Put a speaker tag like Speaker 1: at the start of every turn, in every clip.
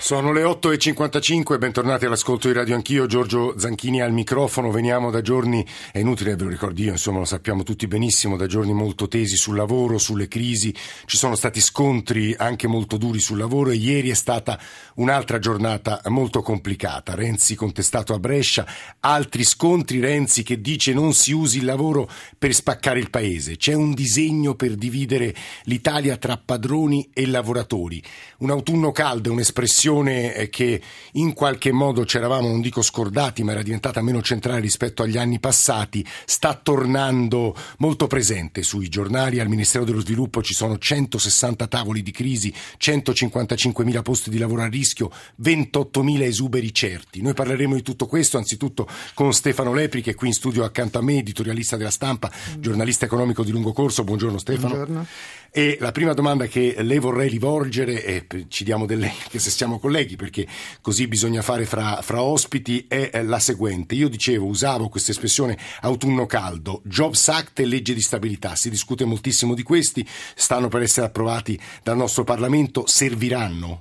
Speaker 1: Sono le 8.55, bentornati all'ascolto di Radio Anch'io, Giorgio Zanchini al microfono. Veniamo da giorni, è inutile ve lo ricordo io, insomma lo sappiamo tutti benissimo, da giorni molto tesi sul lavoro, sulle crisi, ci sono stati scontri anche molto duri sul lavoro e ieri è stata un'altra giornata molto complicata. Renzi contestato a Brescia, altri scontri, Renzi che dice non si usi il lavoro per spaccare il paese, c'è un disegno per dividere l'Italia tra padroni e lavoratori. Un autunno caldo è un'espressione che in qualche modo ci eravamo, non dico scordati, ma era diventata meno centrale rispetto agli anni passati, sta tornando molto presente sui giornali. Al Ministero dello Sviluppo ci sono 160 tavoli di crisi, 155.000 posti di lavoro a rischio, 28.000 esuberi certi. Noi parleremo di tutto questo anzitutto con Stefano Lepri, che è qui in studio accanto a me, editorialista della Stampa, giornalista economico di lungo corso. Buongiorno Stefano.
Speaker 2: Buongiorno.
Speaker 1: E la prima domanda che le vorrei rivolgere, e ci diamo del lei, che se siamo colleghi, perché così bisogna fare fra ospiti, è la seguente. Io usavo questa espressione autunno caldo, Jobs Act e legge di stabilità, si discute moltissimo di questi, stanno per essere approvati dal nostro Parlamento, serviranno?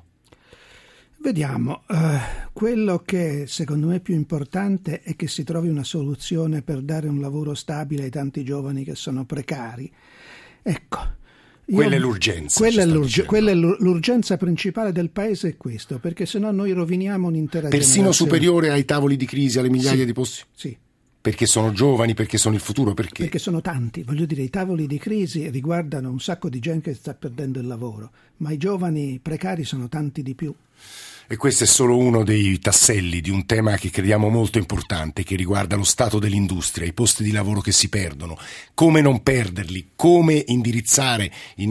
Speaker 2: Vediamo, quello che secondo me è più importante è che si trovi una soluzione per dare un lavoro stabile ai tanti giovani che sono precari. Ecco.
Speaker 1: Quella è l'urgenza.
Speaker 2: Quella è l'urgenza principale del paese, è questo, perché sennò noi roviniamo un'intera
Speaker 1: Persino
Speaker 2: generazione.
Speaker 1: Superiore ai tavoli di crisi, alle migliaia di posti?
Speaker 2: Sì.
Speaker 1: Perché sono giovani, perché sono il futuro, perché?
Speaker 2: Perché sono tanti, voglio dire, i tavoli di crisi riguardano un sacco di gente che sta perdendo il lavoro, ma i giovani precari sono tanti di più.
Speaker 1: E questo è solo uno dei tasselli di un tema che crediamo molto importante, che riguarda lo stato dell'industria, i posti di lavoro che si perdono, come non perderli, come indirizzare la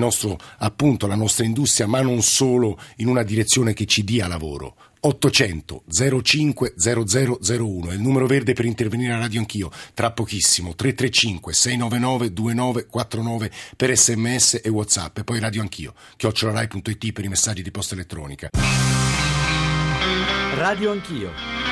Speaker 1: nostra industria, ma non solo, in una direzione che ci dia lavoro. 800 05 0001 è il numero verde per intervenire a Radio Anch'io, tra pochissimo 335 699 2949 per SMS e WhatsApp, e poi Radio Anch'io @rai.it per i messaggi di posta elettronica.
Speaker 3: Radio Anch'io.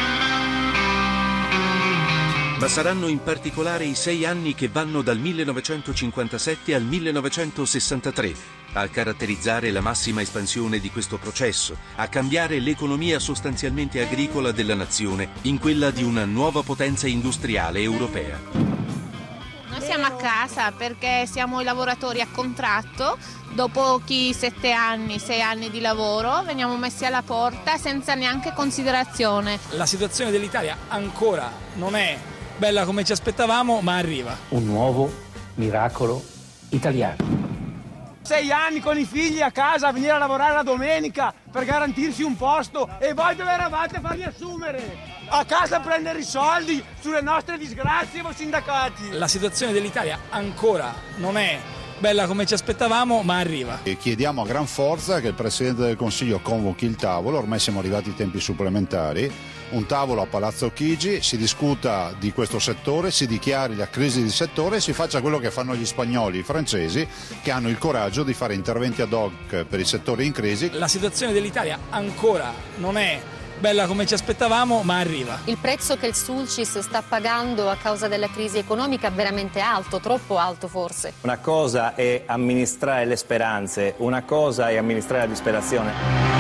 Speaker 4: Ma saranno in particolare i 6 anni che vanno dal 1957 al 1963 a caratterizzare la massima espansione di questo processo, a cambiare l'economia sostanzialmente agricola della nazione in quella di una nuova potenza industriale europea.
Speaker 5: Noi siamo a casa perché siamo i lavoratori a contratto, dopo 6 anni di lavoro veniamo messi alla porta senza neanche considerazione.
Speaker 3: La situazione dell'Italia ancora non è bella come ci aspettavamo, ma arriva.
Speaker 6: Un nuovo miracolo italiano.
Speaker 7: 6 anni con i figli a casa a venire a lavorare la domenica per garantirsi un posto, e voi dove eravate a farli assumere? A casa a prendere i soldi sulle nostre disgrazie, voi sindacati.
Speaker 3: La situazione dell'Italia ancora non è bella come ci aspettavamo, ma arriva.
Speaker 8: E chiediamo a gran forza che il Presidente del Consiglio convochi il tavolo, ormai siamo arrivati ai tempi supplementari, un tavolo a Palazzo Chigi, si discuta di questo settore, si dichiari la crisi di settore e si faccia quello che fanno gli spagnoli, i francesi, che hanno il coraggio di fare interventi ad hoc per i settori in crisi.
Speaker 3: La situazione dell'Italia ancora non è bella come ci aspettavamo, ma arriva.
Speaker 9: Il prezzo che il Sulcis sta pagando a causa della crisi economica è veramente alto, troppo alto forse.
Speaker 10: Una cosa è amministrare le speranze, una cosa è amministrare la disperazione.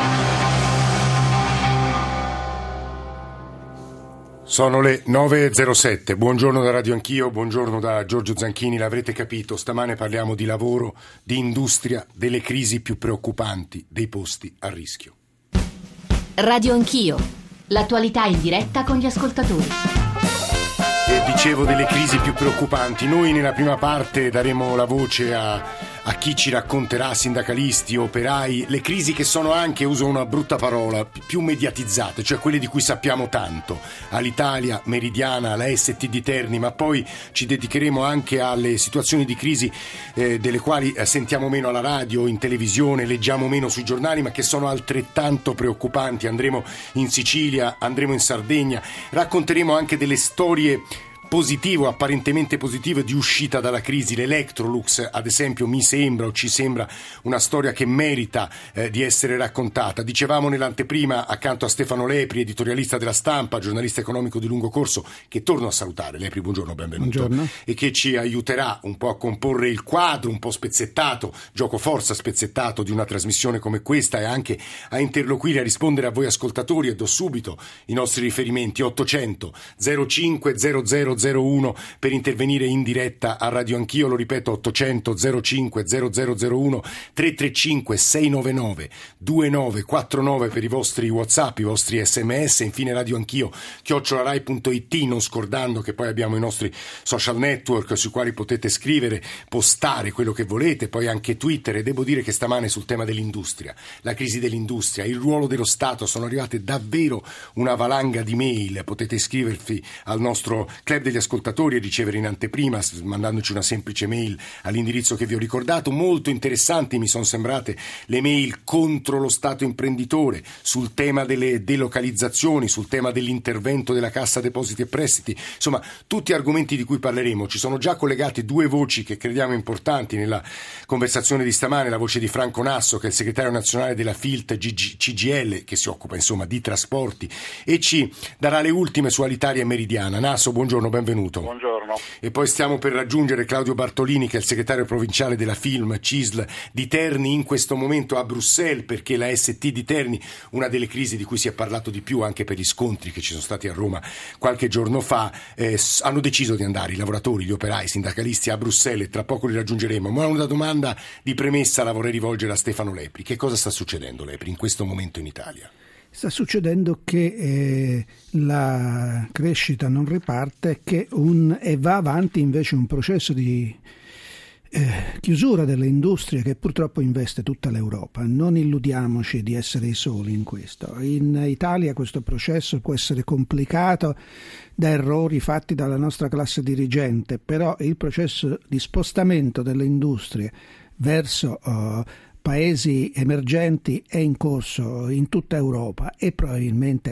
Speaker 1: Sono le 9.07, buongiorno da Radio Anch'io, buongiorno da Giorgio Zanchini. L'avrete capito, stamane parliamo di lavoro, di industria, delle crisi più preoccupanti, dei posti a rischio.
Speaker 11: Radio Anch'io, l'attualità in diretta con gli ascoltatori.
Speaker 1: E dicevo delle crisi più preoccupanti. Noi nella prima parte daremo la voce a chi ci racconterà, sindacalisti, operai, le crisi che sono anche, uso una brutta parola, più mediatizzate, cioè quelle di cui sappiamo tanto, all'Italia, Meridiana, alla ST di Terni, ma poi ci dedicheremo anche alle situazioni di crisi delle quali sentiamo meno alla radio, in televisione, leggiamo meno sui giornali, ma che sono altrettanto preoccupanti. Andremo in Sicilia, andremo in Sardegna, racconteremo anche delle storie positivo, apparentemente positivo, di uscita dalla crisi. L'Electrolux, ad esempio, mi sembra o ci sembra una storia che merita di essere raccontata. Dicevamo nell'anteprima, accanto a Stefano Lepri, editorialista della Stampa, giornalista economico di lungo corso, che torno a salutare. Lepri, buongiorno, benvenuto.
Speaker 2: Buongiorno.
Speaker 1: E che ci aiuterà un po' a comporre il quadro un po' spezzettato, gioco forza spezzettato di una trasmissione come questa, e anche a interloquire, a rispondere a voi ascoltatori. E do subito i nostri riferimenti: 800 05 0001 per intervenire in diretta a Radio Anch'io, lo ripeto, 800 05 0001, 335 699 2949 per i vostri WhatsApp, i vostri SMS, infine Radio Anch'io @rai.it, non scordando che poi abbiamo i nostri social network sui quali potete scrivere, postare quello che volete, poi anche Twitter. E devo dire che stamane sul tema dell'industria, la crisi dell'industria, il ruolo dello Stato, sono arrivate davvero una valanga di mail. Potete iscrivervi al nostro club degli ascoltatori e ricevere in anteprima, mandandoci una semplice mail all'indirizzo che vi ho ricordato. Molto interessanti mi sono sembrate le mail contro lo Stato imprenditore, sul tema delle delocalizzazioni, sul tema dell'intervento della Cassa Depositi e Prestiti, insomma tutti argomenti di cui parleremo. Ci sono già collegate due voci che crediamo importanti nella conversazione di stamane: la voce di Franco Nasso, che è il segretario nazionale della FILT CGIL, che si occupa insomma di trasporti, e ci darà le ultime su Alitalia e Meridiana. Nasso, buongiorno, benvenuto.
Speaker 12: Buongiorno.
Speaker 1: E poi stiamo per raggiungere Claudio Bartolini, che è il segretario provinciale della FILM CISL di Terni, in questo momento a Bruxelles, perché la ST di Terni, una delle crisi di cui si è parlato di più anche per gli scontri che ci sono stati a Roma qualche giorno fa, hanno deciso di andare, i lavoratori, gli operai, i sindacalisti, a Bruxelles, e tra poco li raggiungeremo. Ma una domanda di premessa la vorrei rivolgere a Stefano Lepri. Che cosa sta succedendo, Lepri, in questo momento in Italia?
Speaker 2: Sta succedendo che la crescita non riparte e va avanti invece un processo di chiusura delle industrie che purtroppo investe tutta l'Europa. Non illudiamoci di essere i soli in questo. In Italia questo processo può essere complicato da errori fatti dalla nostra classe dirigente, però il processo di spostamento delle industrie verso paesi emergenti è in corso in tutta Europa, e probabilmente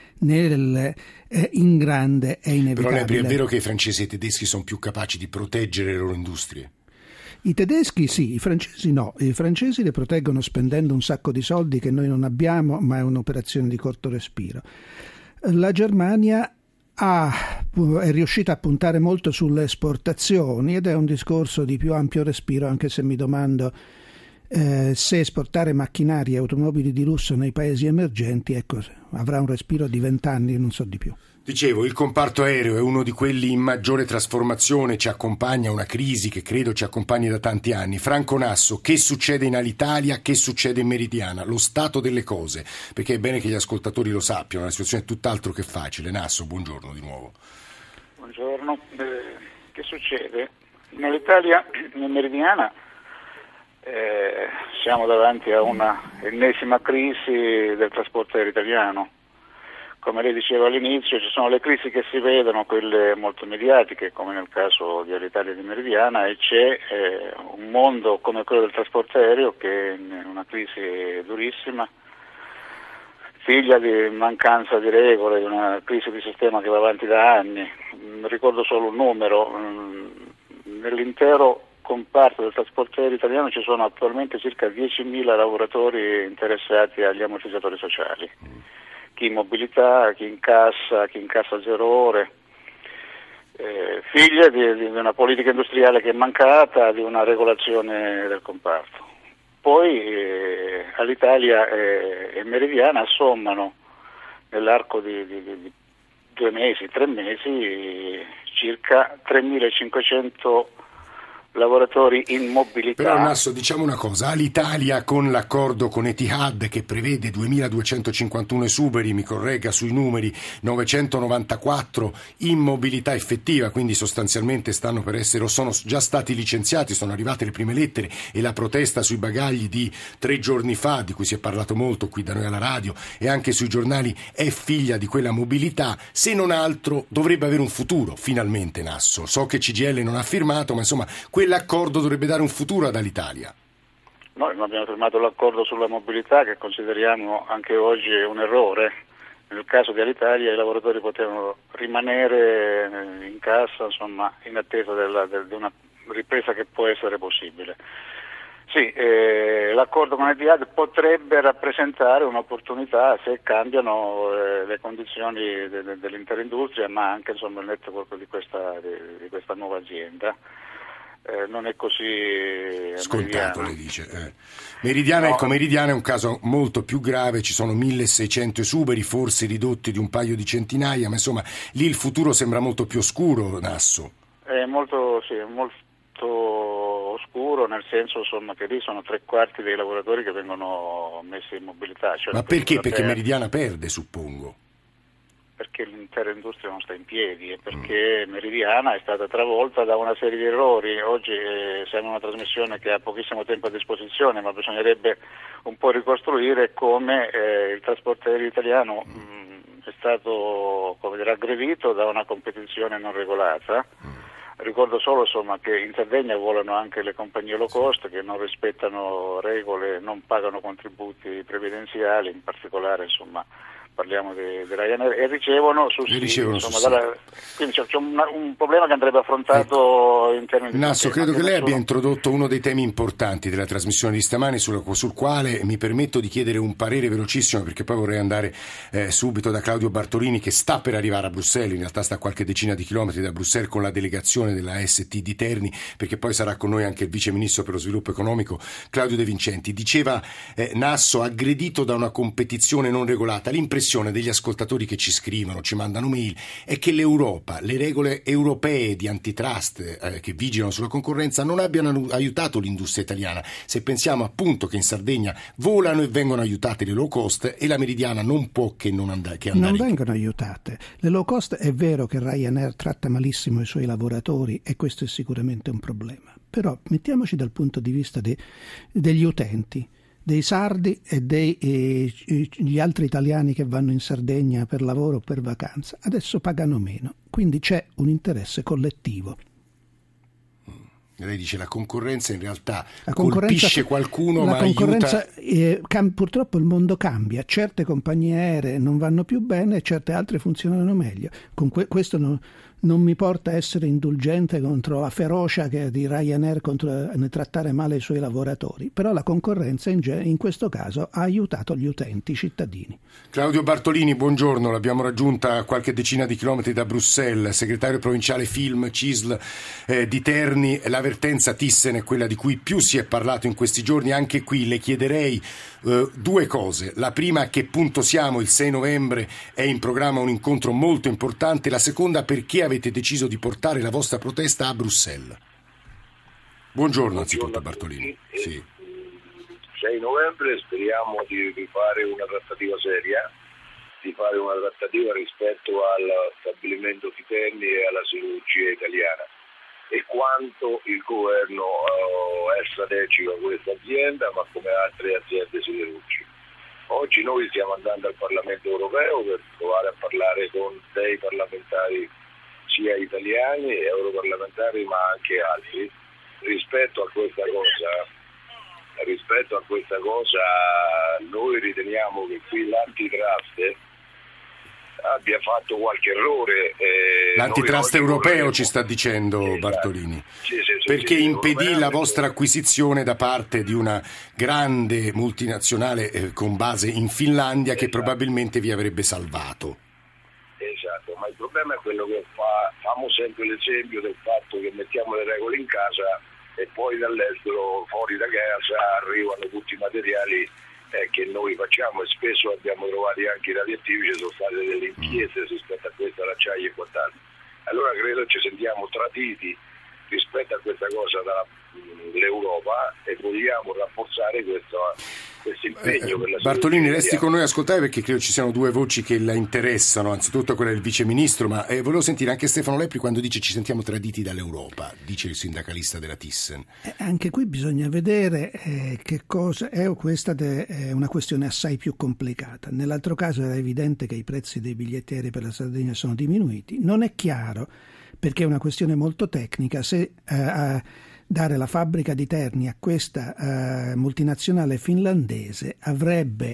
Speaker 2: in grande è inevitabile.
Speaker 1: Però è vero che i francesi e i tedeschi sono più capaci di proteggere le loro industrie?
Speaker 2: I tedeschi sì, i francesi no. I francesi le proteggono spendendo un sacco di soldi che noi non abbiamo, ma è un'operazione di corto respiro. La Germania è riuscita a puntare molto sulle esportazioni, ed è un discorso di più ampio respiro, anche se mi domando se esportare macchinari e automobili di lusso nei paesi emergenti, ecco, avrà un respiro di 20 anni, non so di più.
Speaker 1: Dicevo, il comparto aereo è uno di quelli in maggiore trasformazione, ci accompagna una crisi che credo ci accompagni da tanti anni. Franco Nasso, che succede in Alitalia, che succede in Meridiana, lo stato delle cose, perché è bene che gli ascoltatori lo sappiano, la situazione è tutt'altro che facile. Nasso, buongiorno di nuovo.
Speaker 12: Buongiorno. Che succede? In Alitalia, in Meridiana, siamo davanti a una ennesima crisi del trasporto aereo italiano. Come lei diceva all'inizio, ci sono le crisi che si vedono, quelle molto mediatiche, come nel caso di Alitalia e di Meridiana, e c'è un mondo come quello del trasporto aereo che è in una crisi durissima, figlia di mancanza di regole, di una crisi di sistema che va avanti da anni. Ricordo solo un numero: nell'intero comparto del trasporto aereo italiano ci sono attualmente circa 10.000 lavoratori interessati agli ammortizzatori sociali, chi in mobilità, chi in cassa 0 ore, figlia di una politica industriale che è mancata, di una regolazione del comparto. Poi Alitalia e Meridiana assommano nell'arco di 2 mesi, 3 mesi, circa 3.500 lavoratori in mobilità.
Speaker 1: Però Nasso, diciamo una cosa: Alitalia, con l'accordo con Etihad che prevede 2.251 esuberi, mi corregga sui numeri, 994 in mobilità effettiva, quindi sostanzialmente stanno per essere o sono già stati licenziati, sono arrivate le prime lettere, e la protesta sui bagagli di 3 giorni fa, di cui si è parlato molto qui da noi alla radio e anche sui giornali, è figlia di quella mobilità. Se non altro dovrebbe avere un futuro, finalmente, Nasso. So che CGIL non ha firmato, ma insomma quell'accordo dovrebbe dare un futuro ad Alitalia.
Speaker 12: Noi non abbiamo firmato l'accordo sulla mobilità, che consideriamo anche oggi un errore. Nel caso di Alitalia i lavoratori potevano rimanere in cassa, insomma, in attesa di una ripresa che può essere possibile. Sì, l'accordo con Etihad potrebbe rappresentare un'opportunità se cambiano le condizioni dell'intera industria, ma anche insomma il network di questa nuova azienda. Non è così
Speaker 1: scontato, lei dice. Meridiana, no. Ecco, Meridiana è un caso molto più grave, ci sono 1600 esuberi, forse ridotti di un paio di centinaia, ma insomma lì il futuro sembra molto più oscuro, Nasso.
Speaker 12: È molto oscuro, nel senso insomma che lì sono 3/4 dei lavoratori che vengono messi in mobilità. Cioè,
Speaker 1: ma perché? Perché Meridiana perde, suppongo.
Speaker 12: Perché l'intera industria non sta in piedi e perché Meridiana è stata travolta da una serie di errori. Oggi siamo in una trasmissione che ha pochissimo tempo a disposizione, ma bisognerebbe un po' ricostruire come il trasporto aereo italiano è stato, come dire, aggredito da una competizione non regolata. Ricordo solo insomma, che in Sardegna volano anche le compagnie low cost che non rispettano regole, non pagano contributi previdenziali, in particolare insomma parliamo di Ryanair, e ricevono sussidi. Quindi c'è un problema che andrebbe affrontato in termini di
Speaker 1: Nasso, credo che lei abbia introdotto uno dei temi importanti della trasmissione di stamani, sul quale mi permetto di chiedere un parere velocissimo, perché poi vorrei andare subito da Claudio Bartolini, che sta per arrivare a Bruxelles, in realtà sta a qualche decina di chilometri da Bruxelles con la delegazione della ST di Terni, perché poi sarà con noi anche il vice ministro per lo sviluppo economico Claudio De Vincenti. Diceva Nasso, aggredito da una competizione non regolata. L'impressione degli ascoltatori che ci scrivono, ci mandano mail, è che l'Europa, le regole europee di antitrust che vigilano sulla concorrenza non abbiano aiutato l'industria italiana. Se pensiamo appunto che in Sardegna volano e vengono aiutate le low cost, e la Meridiana non può che andare.
Speaker 2: Non vengono aiutate. Le low cost, è vero che Ryanair tratta malissimo i suoi lavoratori e questo è sicuramente un problema, però mettiamoci dal punto di vista degli utenti, dei sardi e degli altri italiani che vanno in Sardegna per lavoro o per vacanza. Adesso pagano meno, quindi c'è un interesse collettivo.
Speaker 1: Lei dice la concorrenza in realtà colpisce qualcuno, ma
Speaker 2: concorrenza,
Speaker 1: aiuta.
Speaker 2: Purtroppo il mondo cambia, certe compagnie aeree non vanno più bene e certe altre funzionano meglio. Questo non mi porta a essere indulgente contro la ferocia di Ryanair nel trattare male i suoi lavoratori, però la concorrenza in questo caso ha aiutato gli utenti, i cittadini.
Speaker 1: Claudio Bartolini, buongiorno, l'abbiamo raggiunta a qualche decina di chilometri da Bruxelles, segretario provinciale Film CISL di Terni. L'avvertenza Thyssen è quella di cui più si è parlato in questi giorni. Anche qui le chiederei due cose. La prima, a che punto siamo? Il 6 novembre è in programma un incontro molto importante. La seconda, perché avete deciso di portare la vostra protesta a Bruxelles? Buongiorno anzitutto Bartolini. Sì.
Speaker 13: 6 novembre speriamo di fare una trattativa seria, di fare una trattativa rispetto al stabilimento di Terni e alla siderurgia italiana, e quanto il governo è strategico a questa azienda, ma come altre aziende siderurgiche. Oggi noi stiamo andando al Parlamento europeo per provare a parlare con dei parlamentari sia italiani, europarlamentari, ma anche altri, rispetto a questa cosa. Noi riteniamo che qui l'antitrust abbia fatto qualche errore.
Speaker 1: L'antitrust europeo ci sta dicendo Bartolini,
Speaker 13: sì,
Speaker 1: perché impedì la vostra acquisizione da parte di una grande multinazionale con base in Finlandia, che probabilmente vi avrebbe salvato.
Speaker 13: Esatto, ma il problema è quello che famo sempre l'esempio del fatto che mettiamo le regole in casa e poi dall'estero, fuori da casa, arrivano tutti i materiali che noi facciamo, e spesso abbiamo trovato anche i radioattivi. Ci sono state delle inchieste rispetto a questo, l'acciaio e quant'altro. Allora credo ci sentiamo traditi rispetto a questa cosa dall'Europa e vogliamo rafforzare questo impegno per la
Speaker 1: Bartolini, resti con noi a ascoltare, perché credo ci siano due voci che la interessano, anzitutto quella del vice ministro, ma volevo sentire anche Stefano Lepri quando dice ci sentiamo traditi dall'Europa, dice il sindacalista della Thyssen.
Speaker 2: Anche qui bisogna vedere che cosa è. Questa è una questione assai più complicata. Nell'altro caso era evidente che i prezzi dei biglietti aerei per la Sardegna sono diminuiti. Non è chiaro, perché è una questione molto tecnica, se dare la fabbrica di Terni a questa multinazionale finlandese avrebbe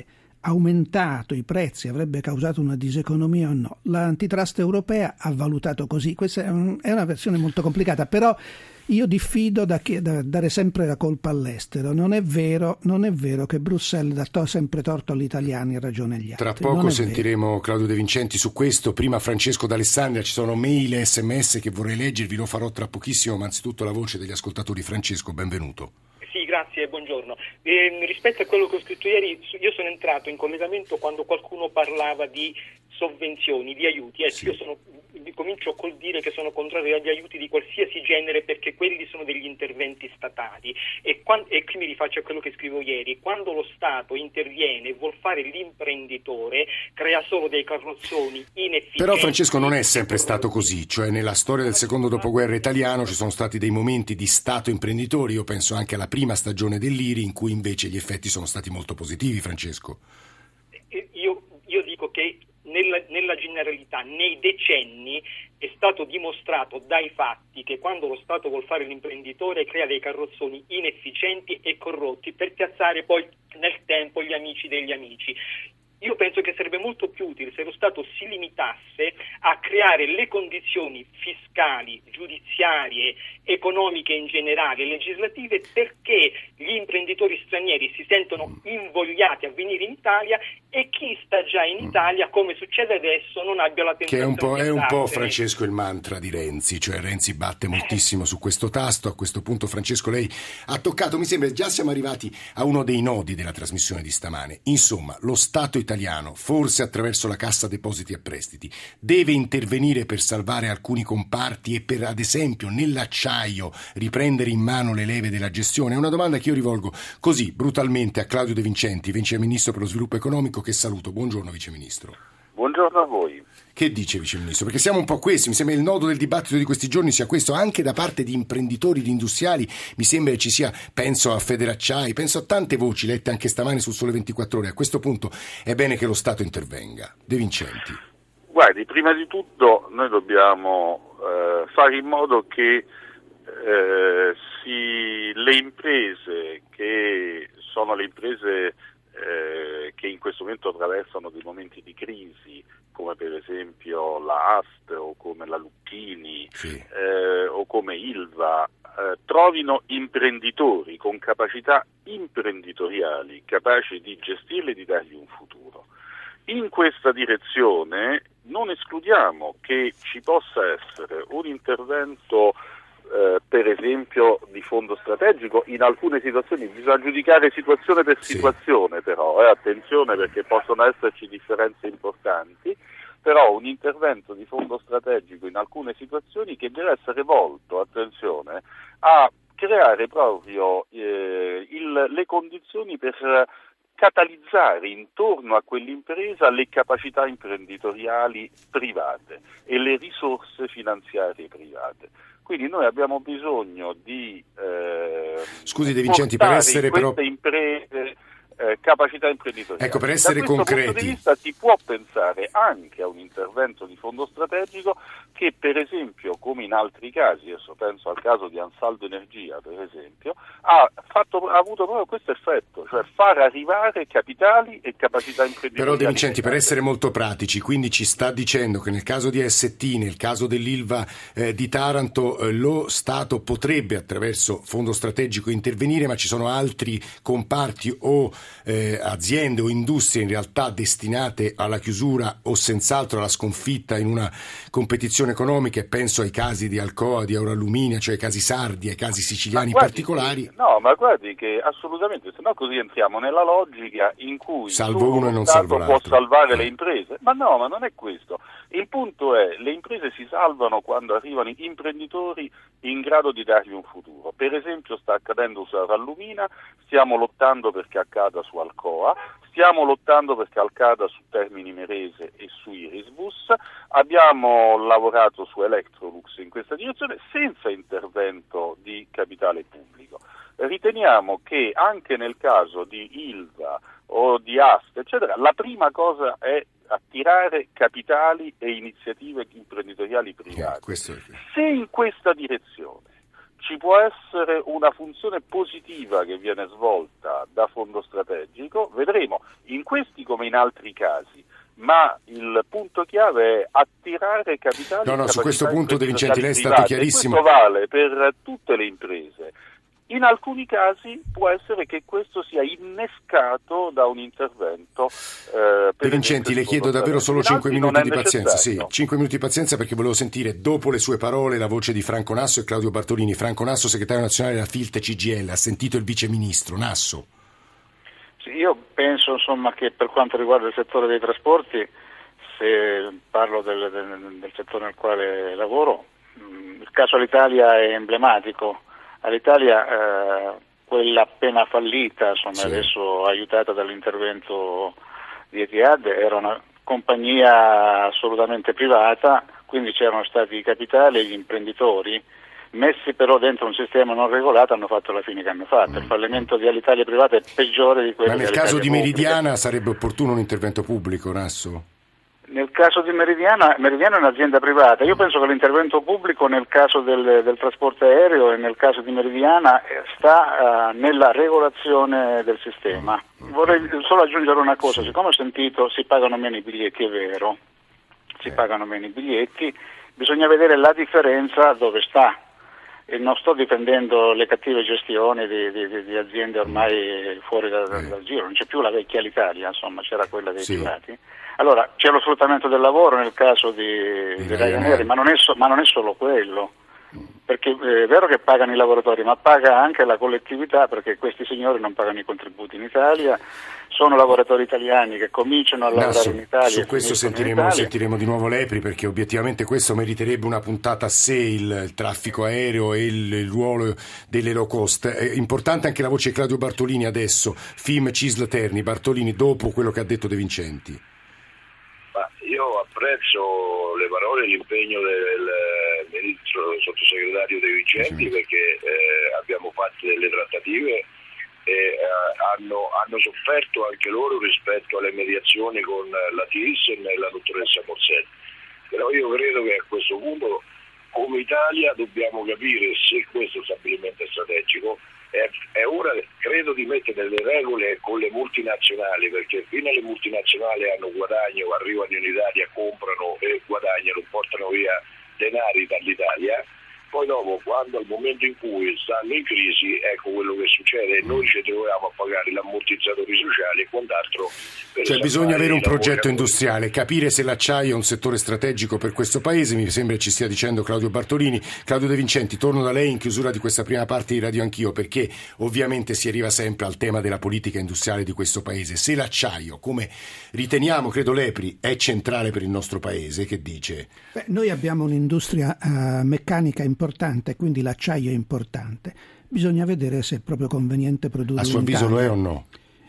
Speaker 2: aumentato i prezzi, avrebbe causato una diseconomia o no. L'antitrust europea ha valutato così. Questa è una versione molto complicata, però io diffido da dare sempre la colpa all'estero. Non è vero che Bruxelles dà sempre torto agli italiani e ragione agli altri.
Speaker 1: Tra poco sentiremo Claudio De Vincenti su questo. Prima Francesco d'Alessandria, ci sono mail e sms che vorrei leggervi, lo farò tra pochissimo, ma anzitutto la voce degli ascoltatori. Francesco, benvenuto.
Speaker 14: Sì, grazie, buongiorno. Rispetto a quello che ho scritto ieri, io sono entrato in collegamento quando qualcuno parlava di sovvenzioni, di aiuti.
Speaker 1: Sì.
Speaker 14: Io comincio col dire che sono contrario agli aiuti di qualsiasi genere, perché quelli sono degli interventi statali e qui mi rifaccio a quello che scrivo ieri. Quando lo Stato interviene e vuol fare l'imprenditore, crea solo dei carrozzoni inefficienti.
Speaker 1: Però Francesco, non è sempre stato così, cioè nella storia del secondo dopoguerra italiano ci sono stati dei momenti di Stato imprenditori. Io penso anche alla prima stagione dell'IRI, in cui invece gli effetti sono stati molto positivi. Francesco,
Speaker 14: io dico che nella generalità, nei decenni, è stato dimostrato dai fatti che quando lo Stato vuol fare l'imprenditore crea dei carrozzoni inefficienti e corrotti per piazzare poi nel tempo gli amici degli amici. Io penso che sarebbe molto più utile se lo Stato si limitasse a creare le condizioni fiscali, giudiziarie, economiche in generale, legislative, perché gli imprenditori stranieri si sentono invogliati a venire in Italia e chi sta già in Italia, come succede adesso, non abbia la tentazione
Speaker 1: che è un po' Francesco il mantra di Renzi, cioè Renzi batte moltissimo su questo tasto. A questo punto, Francesco, lei ha toccato, mi sembra, già siamo arrivati a uno dei nodi della trasmissione di stamane. Insomma, lo Stato italiano, forse attraverso la Cassa Depositi e Prestiti, deve intervenire per salvare alcuni comparti e per, ad esempio, nell'acciaio riprendere in mano le leve della gestione? È una domanda che io rivolgo così brutalmente a Claudio De Vincenti, Vice Ministro per lo Sviluppo Economico, che saluto. Buongiorno Vice Ministro.
Speaker 15: Buongiorno a voi.
Speaker 1: Che dice Vice Ministro? Perché siamo un po' questi, mi sembra il nodo del dibattito di questi giorni sia questo, anche da parte di imprenditori, di industriali. Mi sembra che ci sia, penso a Federacciai, penso a tante voci lette anche stamani sul Sole 24 Ore. A questo punto è bene che lo Stato intervenga. De Vincenti.
Speaker 15: Guardi, prima di tutto noi dobbiamo fare in modo che le imprese che sono le imprese che in questo momento attraversano dei momenti di crisi, come per esempio la Ast o come la Lucchini, sì, o come Ilva, trovino imprenditori con capacità imprenditoriali capaci di gestirle e di dargli un futuro. In questa direzione non escludiamo che ci possa essere un intervento per esempio di fondo strategico. In alcune situazioni bisogna giudicare situazione per situazione, sì, però attenzione, perché possono esserci differenze importanti, però un intervento di fondo strategico in alcune situazioni che deve essere volto, attenzione, a creare proprio le condizioni per catalizzare intorno a quell'impresa le capacità imprenditoriali private e le risorse finanziarie private. Quindi noi abbiamo bisogno di
Speaker 1: scusi De Vincenti, per essere
Speaker 15: queste
Speaker 1: però
Speaker 15: imprese capacità imprenditoriali.
Speaker 1: Ecco, per essere
Speaker 15: da questo
Speaker 1: concreti,
Speaker 15: punto di vista si può pensare anche a un intervento di fondo strategico che, per esempio, come in altri casi, adesso penso al caso di Ansaldo Energia, per esempio, ha avuto proprio questo effetto, cioè far arrivare capitali e capacità imprenditoriali.
Speaker 1: Però De Vincenti, per essere molto pratici, quindi ci sta dicendo che nel caso di ST, nel caso dell'Ilva di Taranto, lo Stato potrebbe attraverso fondo strategico intervenire, ma ci sono altri comparti o aziende o industrie in realtà destinate alla chiusura o senz'altro alla sconfitta in una competizione economica, e penso ai casi di Alcoa, di Euroalluminia, cioè ai casi sardi, ai casi siciliani particolari.
Speaker 15: No, ma guardi che assolutamente, se no così entriamo nella logica in cui
Speaker 1: salvo uno e non
Speaker 15: Stato
Speaker 1: salvo l'altro.
Speaker 15: Può salvare le imprese. Ma no, ma non è questo. Il punto è, le imprese si salvano quando arrivano imprenditori in grado di dargli un futuro. Per esempio sta accadendo su Eurallumina, stiamo lottando perché accada su Alcoa, stiamo lottando perché accada su Termini Imerese e su Irisbus, abbiamo lavorato su Electrolux in questa direzione senza intervento di capitale pubblico. Riteniamo che anche nel caso di Ilva o di Ast, eccetera, la prima cosa è attirare capitali e iniziative imprenditoriali private. Se in questa direzione ci può essere una funzione positiva che viene svolta da fondo strategico, vedremo in questi come in altri casi, ma il punto chiave è attirare capitali.
Speaker 1: No, su questo punto De Vincenti lei è stato chiarissimo.
Speaker 15: Questo vale per tutte le imprese. In alcuni casi può essere che questo sia innescato da un intervento.
Speaker 1: De Vincenti, le chiedo davvero solo 5 minuti di pazienza. Sì, 5 minuti di pazienza, perché volevo sentire dopo le sue parole la voce di Franco Nasso e Claudio Bartolini. Franco Nasso, segretario nazionale della FILT CGIL, ha sentito il vice ministro Nasso.
Speaker 12: Sì, io penso insomma che per quanto riguarda il settore dei trasporti, se parlo del settore nel quale lavoro, il caso Alitalia è emblematico. All'Italia quella appena fallita, insomma, sì, adesso aiutata dall'intervento di Etihad, era una compagnia assolutamente privata, quindi c'erano stati i capitali e gli imprenditori messi però dentro un sistema non regolato, hanno fatto la fine che hanno fatto. Il fallimento di Alitalia privata è peggiore di quello di Alitalia
Speaker 1: pubblica. Ma nel caso di Meridiana
Speaker 12: pubblica
Speaker 1: sarebbe opportuno un intervento pubblico, Nasso?
Speaker 12: Nel caso di Meridiana è un'azienda privata. Io penso che l'intervento pubblico nel caso del trasporto aereo e nel caso di Meridiana sta nella regolazione del sistema. Vorrei solo aggiungere una cosa, siccome ho sentito si pagano meno i biglietti, è vero, si pagano meno i biglietti, bisogna vedere la differenza dove sta. E non sto difendendo le cattive gestioni di aziende ormai fuori dal giro, non c'è più la vecchia Alitalia, insomma c'era quella dei privati. Allora c'è lo sfruttamento del lavoro nel caso di Ryanair, ma non è solo quello, perché è vero che pagano i lavoratori, ma paga anche la collettività, perché questi signori non pagano i contributi in Italia, sono lavoratori italiani che cominciano a lavorare in Italia.
Speaker 1: Su questo sentiremo di nuovo Lepri, perché obiettivamente questo meriterebbe una puntata a sé, il traffico aereo e il ruolo delle low cost. È importante anche la voce di Claudio Bartolini adesso, FIM CISL Terni. Bartolini, dopo quello che ha detto De Vincenti.
Speaker 13: Io apprezzo le parole e l'impegno del ministro sottosegretario De Vincenti, perché abbiamo fatto delle trattative e hanno sofferto anche loro rispetto alle mediazioni con la Thyssen e la dottoressa Morselli. Però io credo che a questo punto come Italia dobbiamo capire se questo stabilimento è strategico. È ora, credo, di mettere delle regole con le multinazionali, perché fino alle multinazionali hanno guadagno, arrivano in Italia, comprano e guadagnano, portano via denari dall'Italia. Poi dopo, quando al momento in cui stanno in crisi, ecco quello che succede, noi ci troviamo a pagare gli ammortizzatori sociali e quant'altro.
Speaker 1: Cioè bisogna avere un progetto industriale, capire se l'acciaio è un settore strategico per questo paese, mi sembra ci stia dicendo Claudio Bartolini. Claudio De Vincenti, torno da lei in chiusura di questa prima parte di Radio Anch'io, perché ovviamente si arriva sempre al tema della politica industriale di questo paese. Se l'acciaio, come riteniamo, credo Lepri, è centrale per il nostro paese, che dice?
Speaker 2: Noi abbiamo un'industria meccanica importante, quindi l'acciaio è importante. Bisogna vedere se è proprio conveniente produrlo in Italia.
Speaker 1: A suo avviso lo è o no?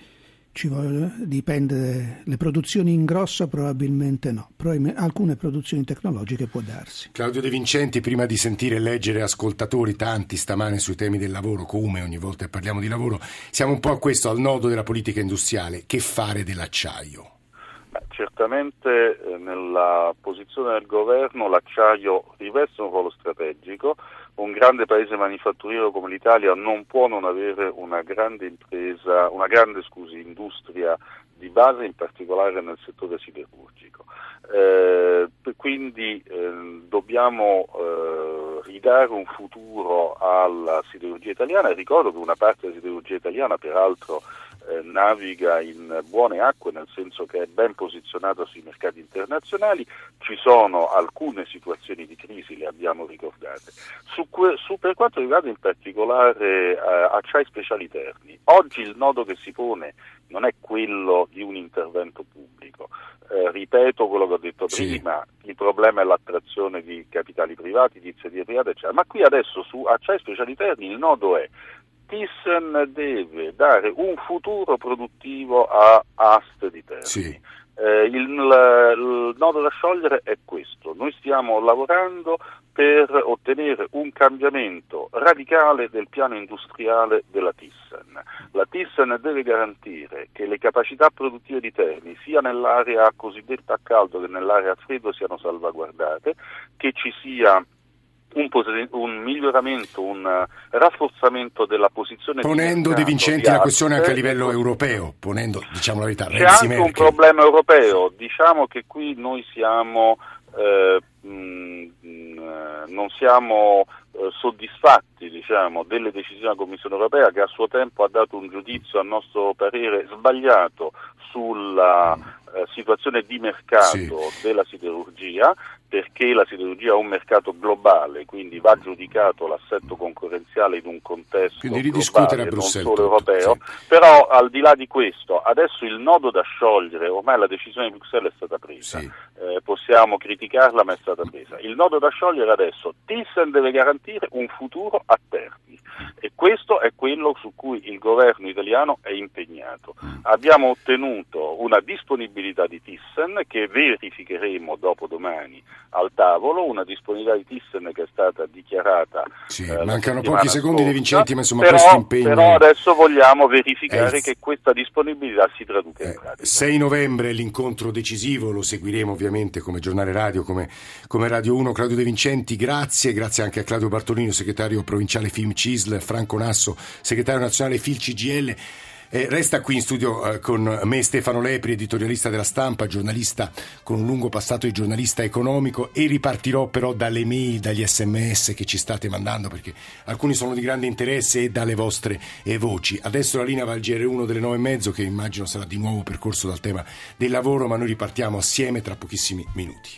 Speaker 2: Dipende, le produzioni in grosso probabilmente no, alcune produzioni tecnologiche può darsi.
Speaker 1: Claudio De Vincenti, prima di sentire e leggere ascoltatori tanti stamane sui temi del lavoro, come ogni volta che parliamo di lavoro, siamo un po' a questo, al nodo della politica industriale. Che fare dell'acciaio?
Speaker 15: Certamente nella posizione del governo l'acciaio riveste un ruolo strategico. Un grande paese manifatturiero come l'Italia non può non avere una grande industria di base, in particolare nel settore siderurgico. Quindi dobbiamo ridare un futuro alla siderurgia italiana. Ricordo che una parte della siderurgia italiana peraltro naviga in buone acque, nel senso che è ben posizionata sui mercati internazionali. Ci sono alcune situazioni di crisi, le abbiamo ricordate. Per quanto riguarda in particolare Acciai Speciali Terni, oggi il nodo che si pone non è quello di un intervento pubblico. Ripeto quello che ho detto prima, il problema è l'attrazione di capitali privati, di iniziative private, eccetera. Ma qui adesso su Acciai Speciali Terni il nodo è: Thyssen deve dare un futuro produttivo a Ast di Terni. Il nodo da sciogliere è questo: noi stiamo lavorando per ottenere un cambiamento radicale del piano industriale della Thyssen. La Thyssen deve garantire che le capacità produttive di Terni, sia nell'area cosiddetta a caldo che nell'area a freddo, siano salvaguardate, che ci sia un miglioramento, un rafforzamento della posizione
Speaker 1: ponendo
Speaker 15: di
Speaker 1: De Vincenti la questione anche a livello europeo, ponendo, diciamo la verità,
Speaker 15: c'è anche un problema europeo. Diciamo che qui noi siamo non siamo soddisfatti, diciamo, delle decisioni della Commissione europea, che a suo tempo ha dato un giudizio a nostro parere sbagliato sulla situazione di mercato della siderurgia, perché la siderurgia è un mercato globale, quindi va giudicato l'assetto concorrenziale in un contesto globale, non solo europeo. Però al di là di questo, adesso il nodo da sciogliere, ormai la decisione di Bruxelles è stata presa, possiamo criticarla ma è stata presa. Il nodo da sciogliere adesso, Thyssen deve garantire un futuro a Terni, e questo è quello su cui il governo italiano è impegnato. Abbiamo ottenuto una disponibilità di Thyssen che verificheremo dopodomani al tavolo, una disponibilità di Thyssen che è stata dichiarata.
Speaker 1: Mancano pochi secondi De Vincenti, ma insomma
Speaker 15: però,
Speaker 1: questo impegno.
Speaker 15: Però adesso vogliamo verificare che questa disponibilità si traduca in pratica.
Speaker 1: 6 novembre è l'incontro decisivo, lo seguiremo ovviamente come giornale radio, come Radio 1. Claudio De Vincenti, grazie anche a Claudio Bartolino, segretario provinciale FIM CISL, Franco Nasso, segretario nazionale FIL CGIL. Resta qui in studio con me Stefano Lepri, editorialista della Stampa, giornalista con un lungo passato di giornalista economico, e ripartirò però dalle mail, dagli SMS che ci state mandando, perché alcuni sono di grande interesse, e dalle vostre voci. Adesso la linea va al GR1 delle 9:30, che immagino sarà di nuovo percorso dal tema del lavoro, ma noi ripartiamo assieme tra pochissimi minuti.